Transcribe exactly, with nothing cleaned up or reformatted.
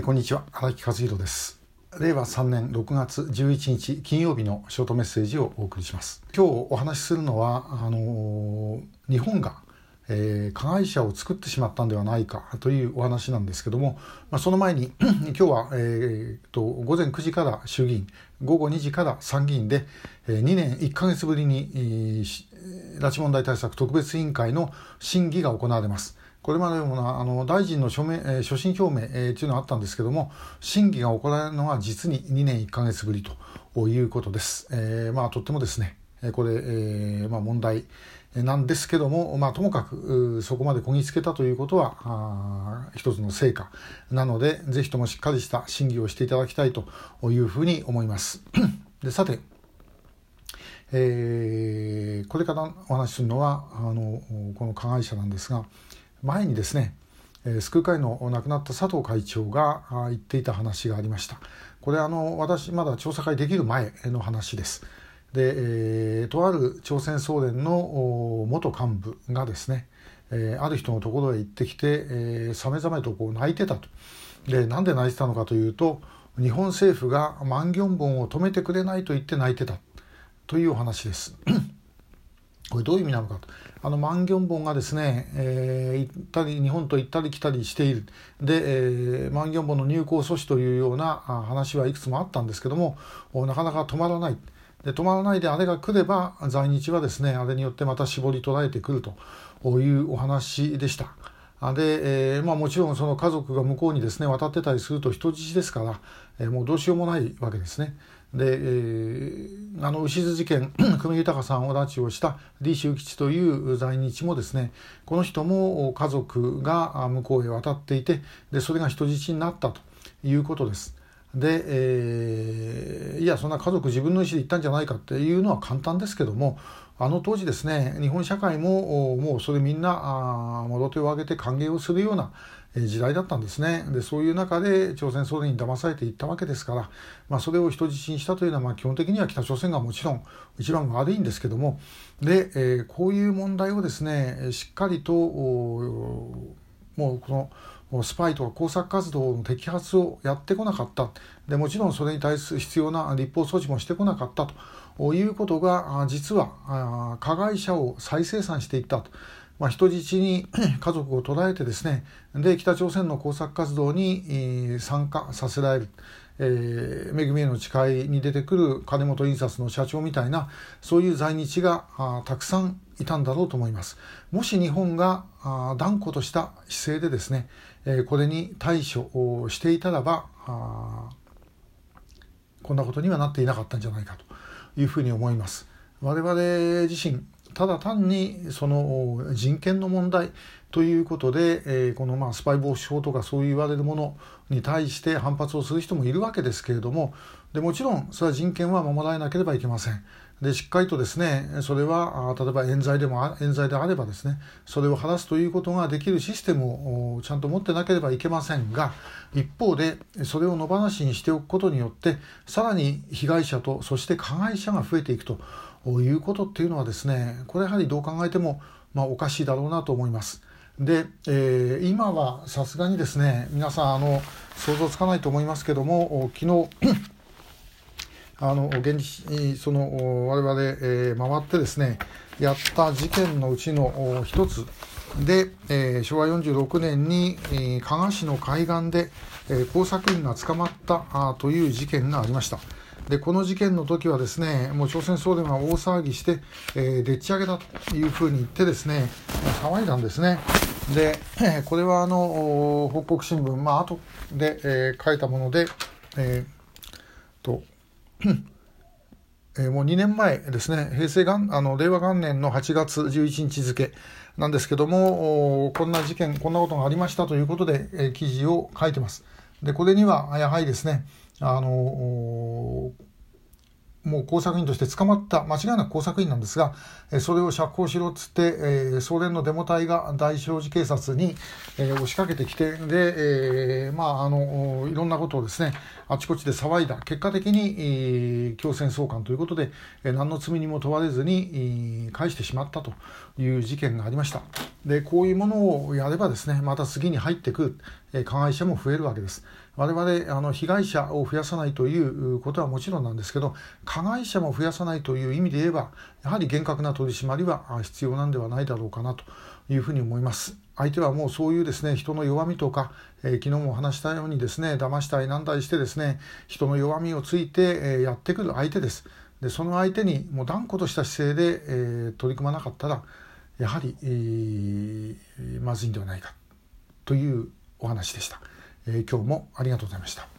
こんにちは、荒木和弘です。れいわさんねんろくがつじゅういちにち金曜日のショートメッセージをお送りします。今日お話しするのはあの日本が、えー、加害者を作ってしまったんではないかというお話なんですけども、まあ、その前に今日は、えー、と午前くじから衆議院、午後にじから参議院で、えー、にねんいっかげつぶりに、えー、拉致問題対策特別委員会の審議が行われます。これまでもあの大臣の署名、えー、所信表明、えー、というのがあったんですけども、審議が行われるのは実ににねんいっかげつぶりということです。えーまあ、とってもですね、これ、えーまあ、問題なんですけども、まあ、ともかくそこまでこぎつけたということはあ一つの成果なので、ぜひともしっかりした審議をしていただきたいというふうに思います。でさて、えー、これからお話しするのはあのこの加害者なんですが、前にですね、救う会の亡くなった佐藤会長が言っていた話がありました。これあの私まだ調査会できる前の話です。で、えー、とある朝鮮総連の元幹部がですね、えー、ある人のところへ行ってきて、えー、さめざめとこう泣いてたと。で、なんで泣いてたのかというと、日本政府がマンギョンボンを止めてくれないと言って泣いてたというお話です。これどういう意味なのかと。あのマンギョンボンがですね、えー、行ったり日本と行ったり来たりしている。で、えー、マンギョンボンの入港阻止というような話はいくつもあったんですけども、なかなか止まらない。で止まらないであれが来れば在日はですね、あれによってまた絞り捉えてくるというお話でした。で、えーまあ、もちろんその家族が向こうにですね渡ってたりすると人質ですから、えー、もうどうしようもないわけですね。で、えー、あの牛津事件久米豊さんを拉致をした李秀吉という在日もですね、この人も家族が向こうへ渡っていて、でそれが人質になったということです。で、えー、いやそんな家族自分の意思で行ったんじゃないかっていうのは簡単ですけども、あの当時ですね、日本社会ももうそれみんなもろ手を挙げて歓迎をするような時代だったんですね。でそういう中で朝鮮総連に騙されていったわけですから、まあ、それを人質にしたというのは、まあ、基本的には北朝鮮がもちろん一番悪いんですけども、で、えー、こういう問題をですねしっかりともうこのスパイとか工作活動の摘発をやってこなかった。でもちろんそれに対する必要な立法措置もしてこなかったということが、実は加害者を再生産していったと。まあ、人質に家族を捉えてですね、で北朝鮮の工作活動に参加させられる、えー、めぐみへの誓いに出てくる金本印刷の社長みたいな、そういう在日がたくさんいたんだろうと思います。もし日本が断固とした姿勢でですね、これに対処していたらば、こんなことにはなっていなかったんじゃないかというふうに思います。我々自身ただ単にその人権の問題ということで、えー、このまあスパイ防止法とかそう言われるものに対して反発をする人もいるわけですけれども、でもちろんそれは人権は守られなければいけません。でしっかりとですね、それは例えば冤罪でも冤罪であればですね、それを晴らすということができるシステムをちゃんと持ってなければいけませんが、一方でそれを野放しにしておくことによってさらに被害者とそして加害者が増えていくということっていうのはですね、これやはりどう考えても、まあ、おかしいだろうなと思います。で、えー、今はさすがにですね、皆さんあの想像つかないと思いますけども、昨日あの現実その我々、えー、回ってですねやった事件のうちの一つで、えー、しょうわよんじゅうろくねんに、えー、加賀市の海岸で、えー、工作員が捕まったあという事件がありました。でこの事件の時はですね、もう朝鮮総連は大騒ぎして、えー、でっち上げだというふうに言ってですね騒いだんですね。でこれはあの報告新聞、まあ後で、えー、書いたもので、えー、とえー、もうにねんまえですね、平成元あの令和元年のはちがつじゅういちにち付なんですけども、こんな事件こんなことがありましたということで、えー、記事を書いてます。でこれにはやはりですね、あのもう工作員として捕まった間違いなく工作員なんですが、それを釈放しろっつって、えー、総連のデモ隊が大正寺警察に、えー、押しかけてきて、で、えー、まああのいろんなことをですねあちこちで騒いだ結果的に、えー、強制送還ということで、えー、何の罪にも問われずに、えー、返してしまったという事件がありました。でこういうものをやればですね、また次に入ってくる、えー、加害者も増えるわけです。 我々あの被害者を増やさないということはもちろんなんですけど、加害者も増やさないという意味で言えば、やはり厳格な取り締まりは必要なんではないだろうかなというふうに思います。相手はもうそういうですね、人の弱みとか、えー、昨日もお話したようにですね、騙したりなんだりしてですね、人の弱みをついて、えー、やってくる相手です。でその相手にもう断固とした姿勢で、えー、取り組まなかったら、やはり、えー、まずいんではないかというお話でした。えー、今日もありがとうございました。